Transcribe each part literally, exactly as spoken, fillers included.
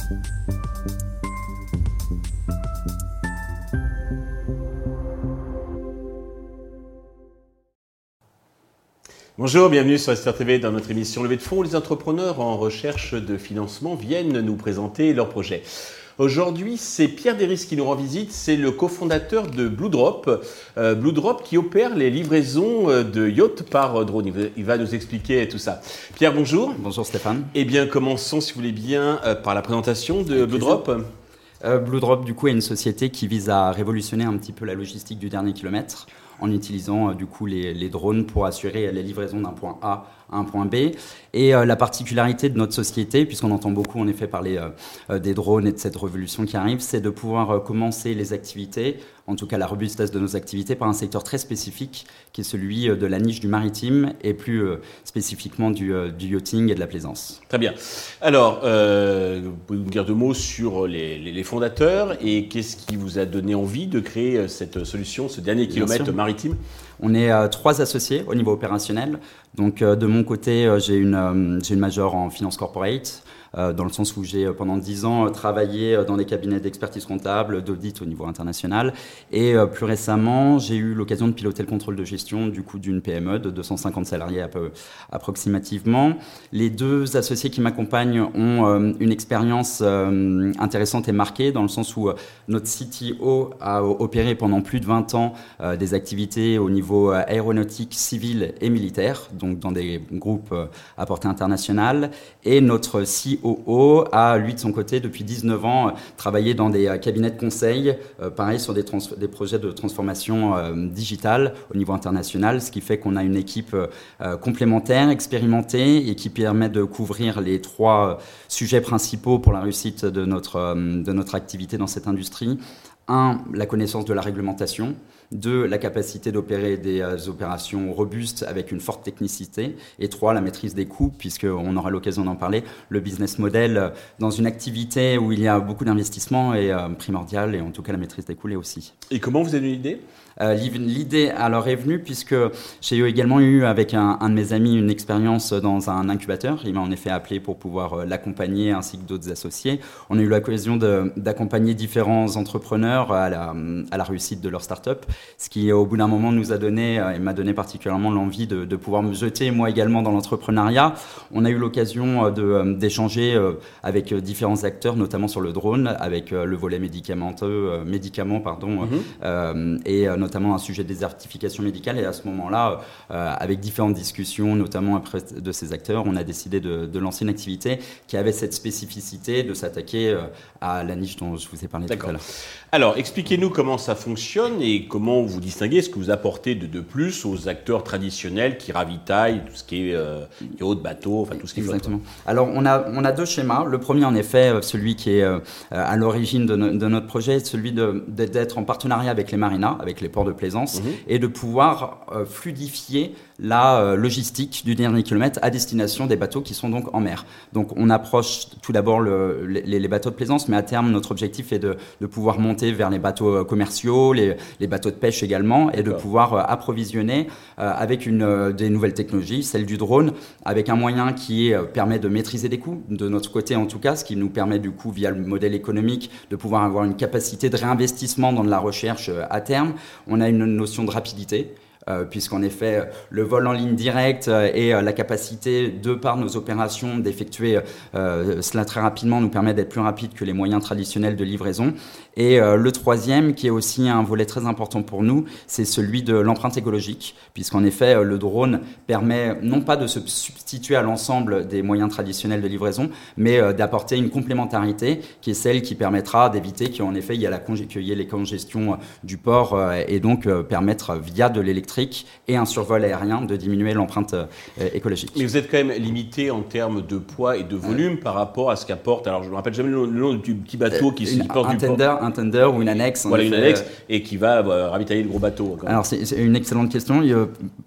Bonjour, bienvenue sur S T R T V dans notre émission Levée de fonds où les entrepreneurs en recherche de financement viennent nous présenter leurs projets. Aujourd'hui, c'est Pierre Derys qui nous rend visite, c'est le cofondateur de Blue Drop. Euh, Blue Drop qui opère les livraisons de yachts par drone. Il va nous expliquer tout ça. Pierre, bonjour. Bonjour Stéphane. Eh bien, commençons si vous voulez bien par la présentation de Blue Drop. Euh, Blue Drop, du coup, est une société qui vise à révolutionner un petit peu la logistique du dernier kilomètre en utilisant euh, du coup les, les drones pour assurer les livraisons d'un point A à un point B. Et euh, la particularité de notre société, puisqu'on entend beaucoup en effet parler euh, euh, des drones et de cette révolution qui arrive, c'est de pouvoir euh, commencer les activités, en tout cas la robustesse de nos activités, par un secteur très spécifique qui est celui euh, de la niche du maritime et plus euh, spécifiquement du, euh, du yachting et de la plaisance. Très bien. Alors, euh, vous pouvez nous dire deux mots sur les, les, les fondateurs et qu'est-ce qui vous a donné envie de créer cette solution, ce dernier kilomètre maritime ? On est euh, trois associés au niveau opérationnel. Donc, euh, de mon côté, euh, j'ai une, euh, j'ai une majeure en finance corporate, euh, dans le sens où j'ai, euh, pendant dix ans, euh, travaillé euh, dans des cabinets d'expertise comptable, d'audit au niveau international. Et euh, plus récemment, j'ai eu l'occasion de piloter le contrôle de gestion du coup d'une P M E de deux cent cinquante salariés à peu, approximativement. Les deux associés qui m'accompagnent ont euh, une expérience euh, intéressante et marquée, dans le sens où euh, notre C T O a opéré pendant plus de vingt ans euh, des activités au niveau euh, aéronautique, civil et militaire, donc dans des groupes euh, à portée internationale. Et notre C O O a, lui, de son côté, depuis dix-neuf ans, euh, travaillé dans des euh, cabinets de conseil, euh, pareil, sur des, trans- des projets de transformation euh, digitale au niveau international, ce qui fait qu'on a une équipe euh, complémentaire, expérimentée, et qui permet de couvrir les trois euh, sujets principaux pour la réussite de notre, euh, de notre activité dans cette industrie. Un, la connaissance de la réglementation. Deux, la capacité d'opérer des euh, opérations robustes avec une forte technicité. Et trois, la maîtrise des coûts, puisqu'on aura l'occasion d'en parler. Le business model euh, dans une activité où il y a beaucoup d'investissement est euh, primordial, et en tout cas la maîtrise des coûts l'est aussi. Et comment vous avez eu l'idée ? Euh, L'idée alors est venue puisque j'ai également eu avec un, un de mes amis une expérience dans un incubateur. Il m'a en effet appelé pour pouvoir euh, l'accompagner ainsi que d'autres associés. On a eu l'occasion de, d'accompagner différents entrepreneurs à la, à la réussite de leur start-up, ce qui au bout d'un moment nous a donné euh, et m'a donné particulièrement l'envie de, de pouvoir me jeter moi également dans l'entrepreneuriat. On a eu l'occasion de, d'échanger euh, avec différents acteurs, notamment sur le drone, avec euh, le volet médicamenteux, euh, médicaments pardon, mm-hmm. euh, et euh, notamment un sujet de désertification médicale. Et à ce moment-là, euh, avec différentes discussions, notamment auprès de ces acteurs, on a décidé de, de lancer une activité qui avait cette spécificité de s'attaquer euh, à la niche dont je vous ai parlé D'accord. tout à l'heure. Alors, expliquez-nous comment ça fonctionne et comment vous distinguez ce que vous apportez de, de plus aux acteurs traditionnels qui ravitaillent tout ce qui est euh, yacht, bateau, enfin tout ce qui est flotte. Exactement. Alors, on a, on a deux schémas. Le premier, en effet, celui qui est euh, à l'origine de, no, de notre projet, celui de, d'être en partenariat avec les marinas, avec les ports de plaisance, mmh. et de pouvoir euh, fluidifier la euh, logistique du dernier kilomètre à destination des bateaux qui sont donc en mer. Donc on approche tout d'abord le, les, les bateaux de plaisance, mais à terme notre objectif est de, de pouvoir monter vers les bateaux commerciaux, les, les bateaux de pêche également, et de D'accord. pouvoir euh, approvisionner euh, avec une, euh, des nouvelles technologies, celle du drone, avec un moyen qui euh, permet de maîtriser des coûts, de notre côté en tout cas, ce qui nous permet du coup via le modèle économique de pouvoir avoir une capacité de réinvestissement dans de la recherche euh, à terme. On a une notion de rapidité. Euh, puisqu'en effet, le vol en ligne directe euh, et euh, la capacité, de par nos opérations, d'effectuer euh, cela très rapidement nous permet d'être plus rapide que les moyens traditionnels de livraison. Et euh, le troisième, qui est aussi un volet très important pour nous, c'est celui de l'empreinte écologique, puisqu'en effet, euh, le drone permet non pas de se substituer à l'ensemble des moyens traditionnels de livraison, mais euh, d'apporter une complémentarité qui est celle qui permettra d'éviter qu'en effet, il y a la congé- qu'il y ait les congestions euh, du port euh, et donc euh, permettre via de l'électrique et un survol aérien de diminuer l'empreinte euh, écologique. Mais vous êtes quand même limité en termes de poids et de volume euh, par rapport à ce qu'apporte, alors je ne me rappelle jamais le nom du petit bateau qui, une, qui porte un du tender, port. Un tender ou une annexe. Voilà, une fait, annexe euh, et qui va euh, ravitailler le gros bateau. Alors c'est, c'est une excellente question. Il,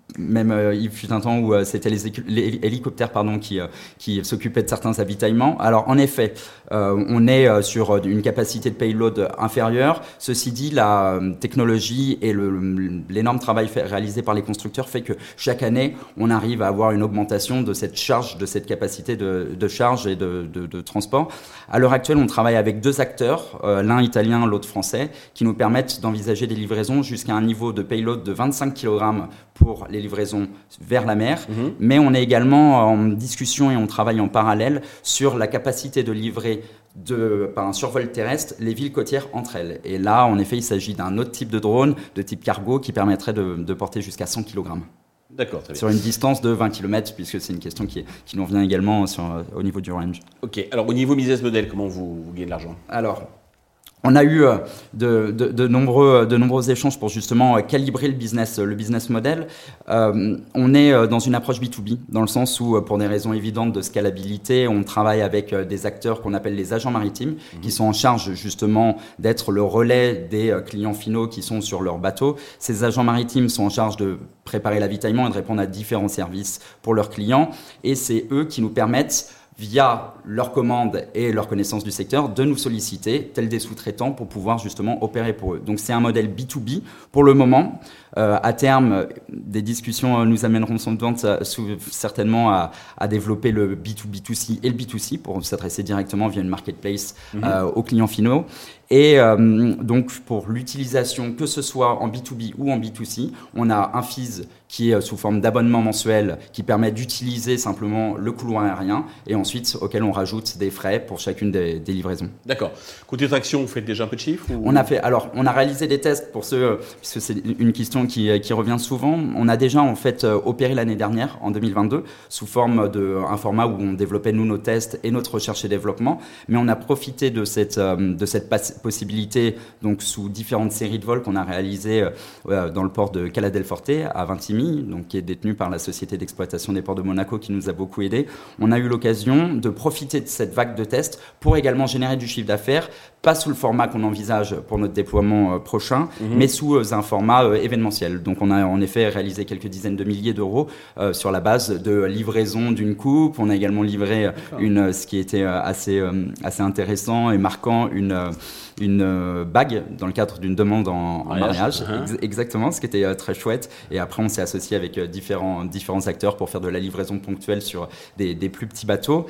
même euh, il fut un temps où euh, c'était les, écu- les hélicoptères pardon, qui, euh, qui s'occupaient de certains avitaillements. Alors en effet, euh, on est euh, sur une capacité de payload inférieure. Ceci dit, la euh, technologie et le, l'énorme travail fait, réalisé par les constructeurs fait que chaque année, on arrive à avoir une augmentation de cette charge, de cette capacité de, de charge et de, de, de transport. À l'heure actuelle, on travaille avec deux acteurs, euh, l'un italien, l'autre français, qui nous permettent d'envisager des livraisons jusqu'à un niveau de payload de vingt-cinq kilogrammes pour les livraisons vers la mer, mmh. mais on est également en discussion et on travaille en parallèle sur la capacité de livrer de, par un survol terrestre les villes côtières entre elles. Et là, en effet, il s'agit d'un autre type de drone, de type cargo, qui permettrait de, de porter jusqu'à cent kilogrammes. D'accord, très bien. Sur une distance de vingt kilomètres, puisque c'est une question qui, qui nous revient également sur, au niveau du range. Ok, alors au niveau business model, comment vous, vous gagnez de l'argent ? Alors, on a eu de, de, de, nombreux, de nombreux échanges pour justement calibrer le business, le business model. Euh, on est dans une approche B deux B, dans le sens où, pour des raisons évidentes de scalabilité, on travaille avec des acteurs qu'on appelle les agents maritimes, mmh. qui sont en charge justement d'être le relais des clients finaux qui sont sur leur bateau. Ces agents maritimes sont en charge de préparer l'avitaillement et de répondre à différents services pour leurs clients. Et c'est eux qui nous permettent, via leurs commandes et leur connaissance du secteur, de nous solliciter, tels des sous-traitants, pour pouvoir justement opérer pour eux. Donc c'est un modèle B deux B pour le moment. Euh, à terme, des discussions nous amèneront sans doute euh, certainement à, à développer le B deux B deux C et le B deux C pour s'adresser directement via une marketplace mmh. euh, aux clients finaux. Et euh, donc pour l'utilisation, que ce soit en B deux B ou en B deux C, on a un fees qui est sous forme d'abonnement mensuel qui permet d'utiliser simplement le couloir aérien et ensuite auquel on rajoute des frais pour chacune des, des livraisons. D'accord. Côté traction, vous faites déjà un peu de chiffres ou... On a fait, alors on a réalisé des tests pour ceux, puisque c'est une question qui, qui revient souvent. On a déjà en fait opéré l'année dernière, en deux mille vingt-deux, sous forme d'un format où on développait nous nos tests et notre recherche et développement, mais on a profité de cette, de cette possibilité donc sous différentes séries de vols qu'on a réalisées euh, dans le port de Cala del Forte à Vintimille, donc qui est détenu par la société d'exploitation des ports de Monaco qui nous a beaucoup aidé. On a eu l'occasion de profiter de cette vague de tests pour également générer du chiffre d'affaires, pas sous le format qu'on envisage pour notre déploiement euh, prochain, mmh. mais sous euh, un format euh, événementiel. Donc on a en effet réalisé quelques dizaines de milliers d'euros euh, sur la base de livraison d'une coupe. On a également livré euh, une, ce qui était euh, assez, euh, assez intéressant et marquant, une, euh, une euh, bague dans le cadre d'une demande en, en mariage. Uh-huh. Ex- exactement, ce qui était euh, très chouette. Et après, on s'est associé avec euh, différents, différents acteurs pour faire de la livraison ponctuelle sur des, des plus petits bateaux.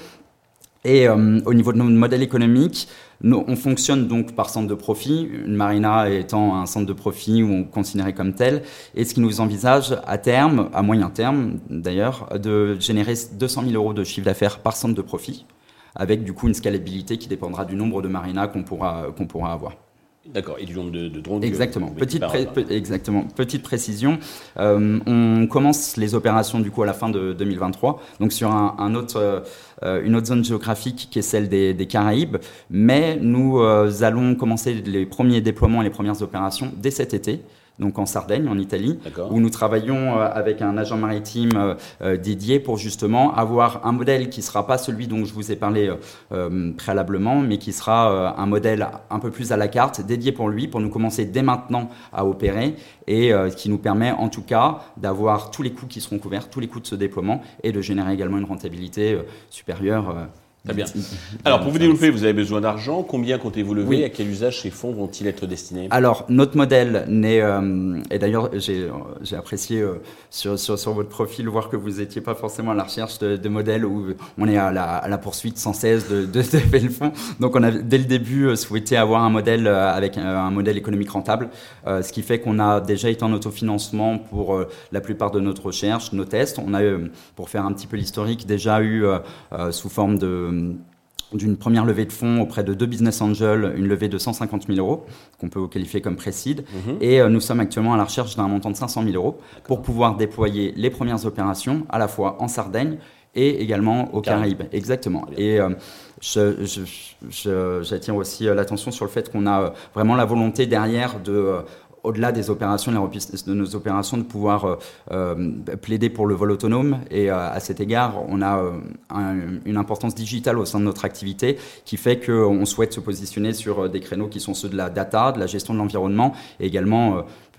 Et euh, au niveau de notre modèle économique, nous, on fonctionne donc par centre de profit, une marina étant un centre de profit où on considérait comme tel, et ce qui nous envisage à terme, à moyen terme d'ailleurs, de générer deux cent mille euros de chiffre d'affaires par centre de profit, avec du coup une scalabilité qui dépendra du nombre de marinas qu'on pourra, qu'on pourra avoir. D'accord, et du nombre de, de drones. Exactement. Petite, pré- pe- exactement. Petite précision, euh, on commence les opérations du coup à la fin de deux mille vingt-trois, donc sur un, un autre, euh, une autre zone géographique qui est celle des, des Caraïbes, mais nous euh, allons commencer les premiers déploiements et les premières opérations dès cet été. Donc en Sardaigne, en Italie, D'accord. où nous travaillons avec un agent maritime euh, dédié pour justement avoir un modèle qui ne sera pas celui dont je vous ai parlé euh, préalablement, mais qui sera euh, un modèle un peu plus à la carte, dédié pour lui, pour nous commencer dès maintenant à opérer et euh, qui nous permet en tout cas d'avoir tous les coûts qui seront couverts, tous les coûts de ce déploiement et de générer également une rentabilité euh, supérieure. Euh, Très bien. Alors, pour vous développer, vous avez besoin d'argent. Combien comptez-vous lever ? Oui. À quel usage ces fonds vont-ils être destinés ? Alors, notre modèle n'est... Euh, et d'ailleurs, j'ai, j'ai apprécié euh, sur, sur, sur votre profil voir que vous n'étiez pas forcément à la recherche de, de modèles où on est à la, à la poursuite sans cesse de, de, de lever le fonds. Donc, on a dès le début souhaité avoir un modèle avec un, un modèle économique rentable, euh, ce qui fait qu'on a déjà été en autofinancement pour euh, la plupart de notre recherche, nos tests. On a, euh, pour faire un petit peu l'historique, déjà eu euh, euh, sous forme de d'une première levée de fonds auprès de deux business angels, une levée de cent cinquante mille euros, qu'on peut qualifier comme pré-seed. Mmh. Et euh, nous sommes actuellement à la recherche d'un montant de cinq cent mille euros D'accord. pour pouvoir déployer les premières opérations à la fois en Sardaigne et également aux Caraïbes. Caraïbes. Exactement. Et euh, je, je, je, j'attire aussi l'attention sur le fait qu'on a vraiment la volonté derrière de... Euh, au-delà des opérations, de nos opérations, de pouvoir euh, plaider pour le vol autonome. Et euh, à cet égard, on a euh, un, une importance digitale au sein de notre activité qui fait qu'on souhaite se positionner sur des créneaux qui sont ceux de la data, de la gestion de l'environnement et également... Euh,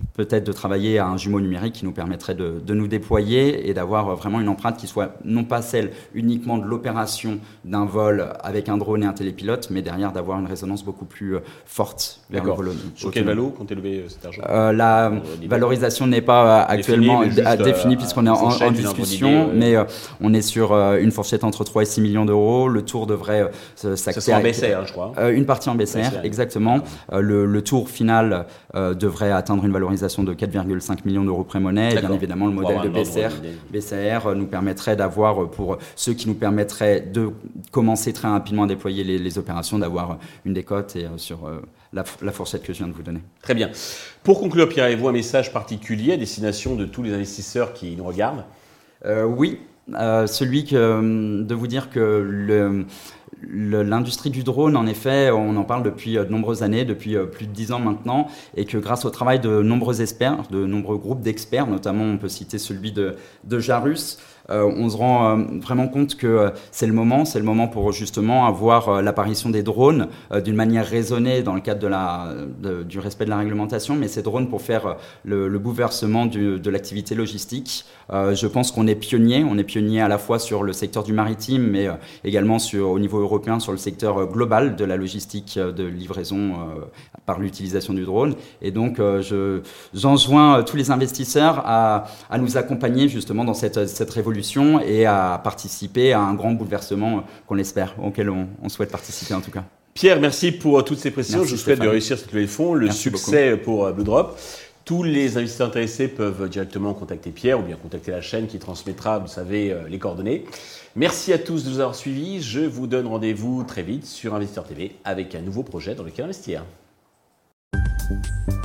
peut-être de travailler à un jumeau numérique qui nous permettrait de, de nous déployer et d'avoir vraiment une empreinte qui soit non pas celle uniquement de l'opération d'un vol avec un drone et un télépilote, mais derrière d'avoir une résonance beaucoup plus forte vers le vol. Sur quel valo comptez lever cet argent? euh, La euh, valorisation n'est pas actuellement définie, définie puisqu'on est en, en discussion, idée, mais euh, on est sur euh, une fourchette entre trois et six millions d'euros. Le tour devrait euh, s'acter. Ça sera en B C R, hein, je crois. Euh, une partie en B C R, B C R exactement. Euh, le, le tour final euh, devrait atteindre une valorisation de quatre virgule cinq millions d'euros pré-monnaie. Et bien évidemment, le modèle de B C R, B C R nous permettrait d'avoir, pour ceux qui nous permettraient de commencer très rapidement à déployer les, les opérations, d'avoir une décote et euh, sur euh, la, la fourchette que je viens de vous donner. Très bien. Pour conclure, Pierre, avez-vous un message particulier à destination de tous les investisseurs qui nous regardent? euh, Oui, euh, celui que, de vous dire que le... L'industrie du drone, en effet, on en parle depuis de nombreuses années, depuis plus de dix ans maintenant, et que grâce au travail de nombreux experts, de nombreux groupes d'experts, notamment on peut citer celui de, de Jarus, euh, on se rend euh, vraiment compte que euh, c'est le moment, c'est le moment pour justement avoir euh, l'apparition des drones euh, d'une manière raisonnée dans le cadre de la, de, du respect de la réglementation, mais ces drones pour faire le, le bouleversement du, de l'activité logistique. Euh, je pense qu'on est pionnier, on est pionnier à la fois sur le secteur du maritime, mais euh, également sur, au niveau européen sur le secteur global de la logistique de livraison euh, par l'utilisation du drone. Et donc, euh, je, j'enjoins tous les investisseurs à, à nous accompagner justement dans cette, cette révolution et à participer à un grand bouleversement qu'on espère, auquel on, on souhaite participer en tout cas. Pierre, merci pour toutes ces précisions. Merci, je vous souhaite Stéphane. de réussir cette levée de fonds, le merci succès beaucoup. pour Blue Drop. Tous les investisseurs intéressés peuvent directement contacter Pierre ou bien contacter la chaîne qui transmettra, vous savez, les coordonnées. Merci à tous de nous avoir suivis. Je vous donne rendez-vous très vite sur Investisseur T V avec un nouveau projet dans lequel investir.